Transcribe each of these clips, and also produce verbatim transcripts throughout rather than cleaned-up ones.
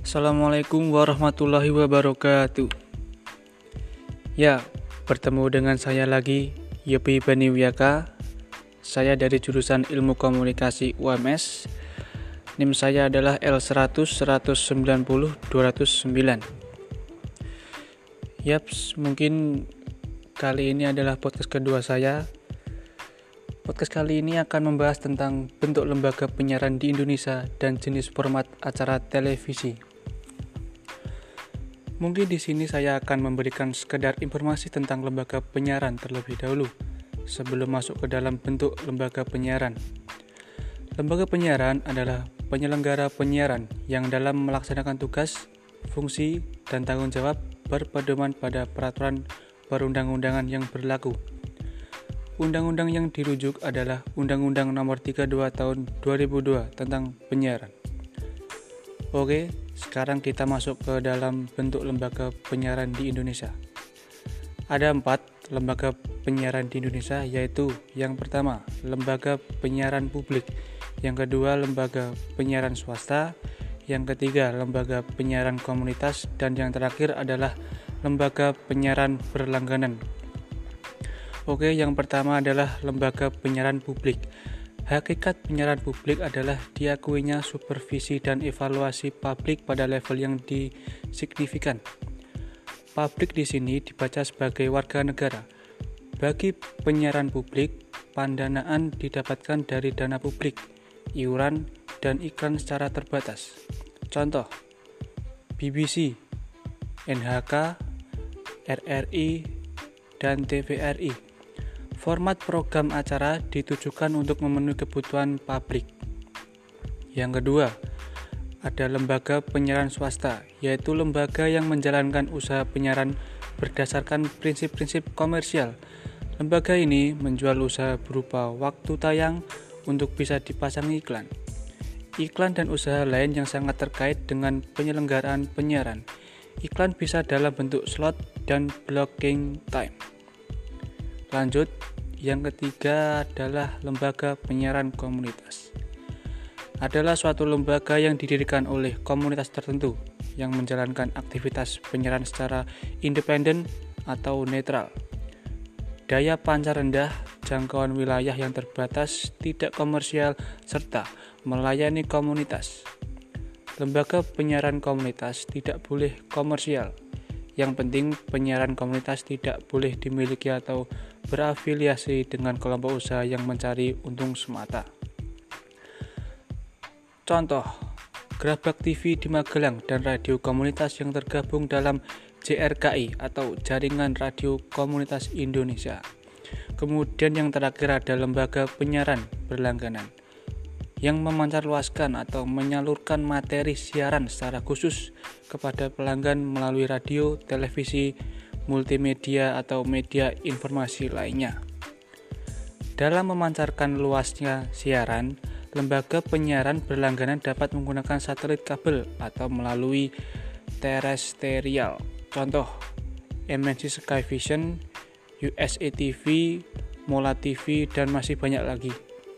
Assalamualaikum warahmatullahi wabarakatuh. Ya, bertemu dengan saya lagi, Yopi Baniwiyaka. Saya dari jurusan Ilmu Komunikasi U M S. N I M saya adalah L seratus seratus sembilan puluh dua nol sembilan. Yaps, mungkin kali ini adalah podcast kedua saya. Podcast kali ini akan membahas tentang bentuk lembaga penyiaran di Indonesia dan jenis format acara televisi. Mungkin di sini saya akan memberikan sekedar informasi tentang lembaga penyiaran terlebih dahulu sebelum masuk ke dalam bentuk lembaga penyiaran. Lembaga penyiaran adalah penyelenggara penyiaran yang dalam melaksanakan tugas, fungsi, dan tanggung jawab berpedoman pada peraturan perundang-undangan yang berlaku. Undang-undang yang dirujuk adalah Undang-Undang Nomor tiga puluh dua Tahun dua ribu dua tentang penyiaran. Oke, sekarang kita masuk ke dalam bentuk lembaga penyiaran di Indonesia. Ada empat lembaga penyiaran di Indonesia, yaitu yang pertama, lembaga penyiaran publik, yang kedua, lembaga penyiaran swasta, yang ketiga, lembaga penyiaran komunitas, dan yang terakhir adalah lembaga penyiaran berlangganan. Oke, yang pertama adalah lembaga penyiaran publik. Hakikat penyiaran publik adalah diakuinya supervisi dan evaluasi publik pada level yang disignifikan. Publik di sini dibaca sebagai warga negara. Bagi penyiaran publik, pendanaan didapatkan dari dana publik, iuran, dan iklan secara terbatas. Contoh, B B C, N H K, R R I, dan T V R I. Format program acara ditujukan untuk memenuhi kebutuhan publik. Yang kedua, ada lembaga penyiaran swasta, yaitu lembaga yang menjalankan usaha penyiaran berdasarkan prinsip-prinsip komersial. Lembaga ini menjual usaha berupa waktu tayang untuk bisa dipasang iklan. Iklan dan usaha lain yang sangat terkait dengan penyelenggaraan penyiaran. Iklan bisa dalam bentuk slot dan blocking time. Lanjut, yang ketiga adalah lembaga penyiaran komunitas. Adalah suatu lembaga yang didirikan oleh komunitas tertentu yang menjalankan aktivitas penyiaran secara independen atau netral. Daya pancar rendah, jangkauan wilayah yang terbatas, tidak komersial, serta melayani komunitas. Lembaga penyiaran komunitas tidak boleh komersial. Yang penting penyiaran komunitas tidak boleh dimiliki atau berafiliasi dengan kelompok usaha yang mencari untung semata. Contoh, Grabak T V di Magelang dan radio komunitas yang tergabung dalam J R K I atau Jaringan Radio Komunitas Indonesia. Kemudian yang terakhir ada lembaga penyiaran berlangganan yang memancarluaskan atau menyalurkan materi siaran secara khusus kepada pelanggan melalui radio, televisi, multimedia, atau media informasi lainnya. Dalam memancarkan luasnya siaran, lembaga penyiaran berlangganan dapat menggunakan satelit kabel atau melalui terestrial. Contoh, M N C Sky Vision, U S A T V, Mola T V, dan masih banyak lagi.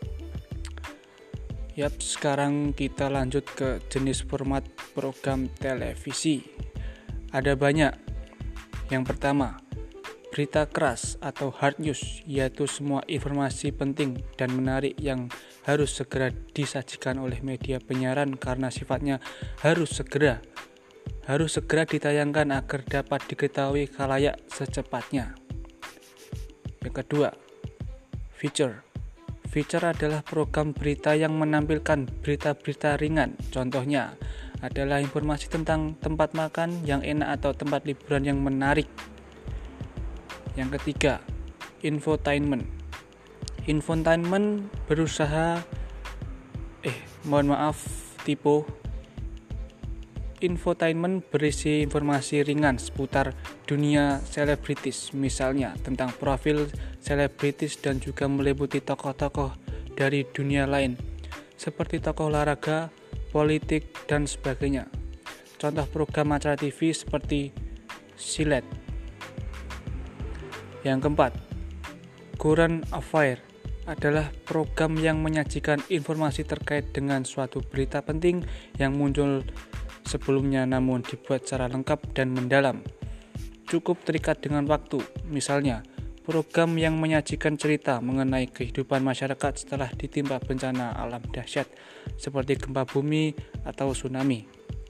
Yap, sekarang kita lanjut ke jenis format program televisi. Ada banyak. Yang pertama, berita keras atau hard news, yaitu semua informasi penting dan menarik yang harus segera disajikan oleh media penyiaran karena sifatnya harus segera. Harus segera ditayangkan agar dapat diketahui khalayak secepatnya. Yang kedua, feature. Feature adalah program berita yang menampilkan berita-berita ringan. Contohnya adalah informasi tentang tempat makan yang enak atau tempat liburan yang menarik. Yang ketiga, infotainment. Infotainment berusaha eh mohon maaf typo. Infotainment berisi informasi ringan seputar dunia selebritis, misalnya tentang profil selebritis dan juga meliputi tokoh-tokoh dari dunia lain, seperti tokoh olahraga, politik, dan sebagainya. Contoh program acara T V seperti Silet. Yang keempat, current affair adalah program yang menyajikan informasi terkait dengan suatu berita penting yang muncul sebelumnya namun dibuat secara lengkap dan mendalam. Cukup terikat dengan waktu, misalnya program yang menyajikan cerita mengenai kehidupan masyarakat setelah ditimpa bencana alam dahsyat seperti gempa bumi atau tsunami.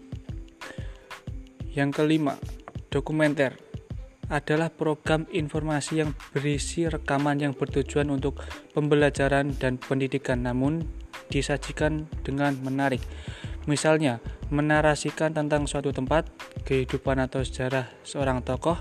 Yang kelima, dokumenter adalah program informasi yang berisi rekaman yang bertujuan untuk pembelajaran dan pendidikan namun disajikan dengan menarik. Misalnya, menarasikan tentang suatu tempat, kehidupan atau sejarah seorang tokoh,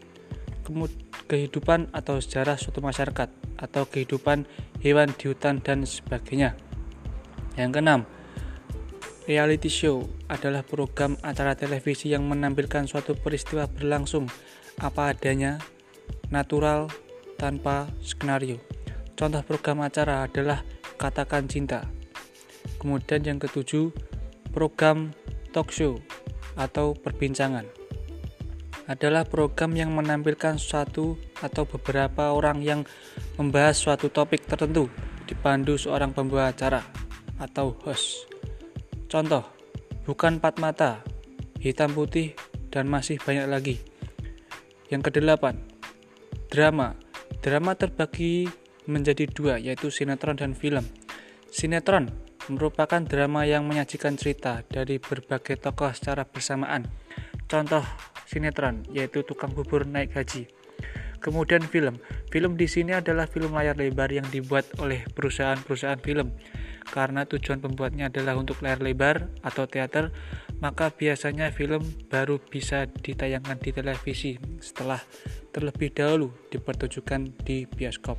kehidupan atau sejarah suatu masyarakat, atau kehidupan hewan di hutan dan sebagainya. Yang keenam, reality show adalah program acara televisi yang menampilkan suatu peristiwa berlangsung apa adanya, natural, tanpa skenario. Contoh program acara adalah Katakan Cinta. Kemudian yang ketujuh, program talk show atau perbincangan adalah program yang menampilkan suatu atau beberapa orang yang membahas suatu topik tertentu dipandu seorang pembawa acara atau host. Contoh, Bukan Empat Mata, Hitam Putih, dan masih banyak lagi. Yang kedelapan, drama. Drama terbagi menjadi dua, yaitu sinetron dan film. Sinetron merupakan drama yang menyajikan cerita dari berbagai tokoh secara bersamaan. Contoh sinetron yaitu Tukang Bubur Naik Haji. Kemudian film. Film di sini adalah film layar lebar yang dibuat oleh perusahaan-perusahaan film. Karena tujuan pembuatnya adalah untuk layar lebar atau teater, maka biasanya film baru bisa ditayangkan di televisi setelah terlebih dahulu dipertunjukkan di bioskop.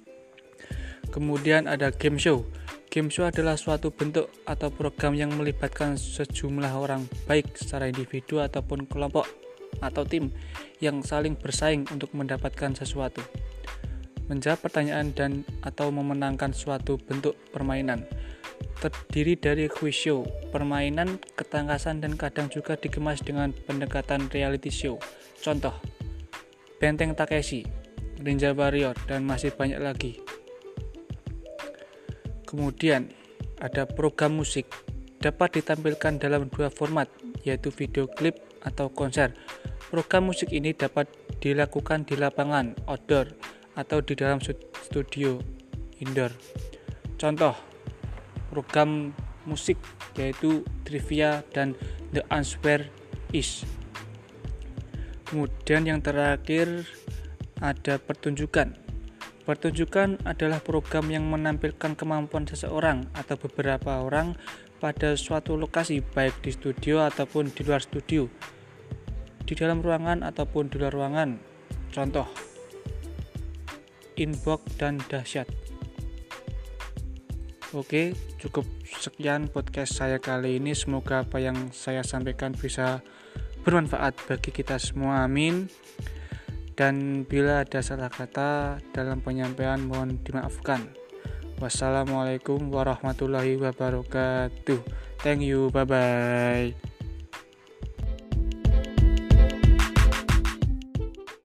Kemudian ada game show. Game show adalah suatu bentuk atau program yang melibatkan sejumlah orang baik secara individu ataupun kelompok atau tim yang saling bersaing untuk mendapatkan sesuatu, menjawab pertanyaan dan atau memenangkan suatu bentuk permainan. Terdiri dari quiz show, permainan, ketangkasan, dan kadang juga dikemas dengan pendekatan reality show. Contoh, Benteng Takeshi, Ninja Warrior, dan masih banyak lagi. Kemudian ada program musik, dapat ditampilkan dalam dua format, yaitu video klip atau konser. Program musik ini dapat dilakukan di lapangan outdoor atau di dalam studio indoor. Contoh program musik yaitu Trivia dan The Answer Is. Kemudian yang terakhir ada pertunjukan. Pertunjukan adalah program yang menampilkan kemampuan seseorang atau beberapa orang pada suatu lokasi, baik di studio ataupun di luar studio, di dalam ruangan ataupun di luar ruangan. Contoh, Inbox dan Dahsyat. Oke, cukup sekian podcast saya kali ini. Semoga apa yang saya sampaikan bisa bermanfaat bagi kita semua. Amin. Dan bila ada salah kata dalam penyampaian mohon dimaafkan. Wassalamualaikum warahmatullahi wabarakatuh. Thank you, bye bye.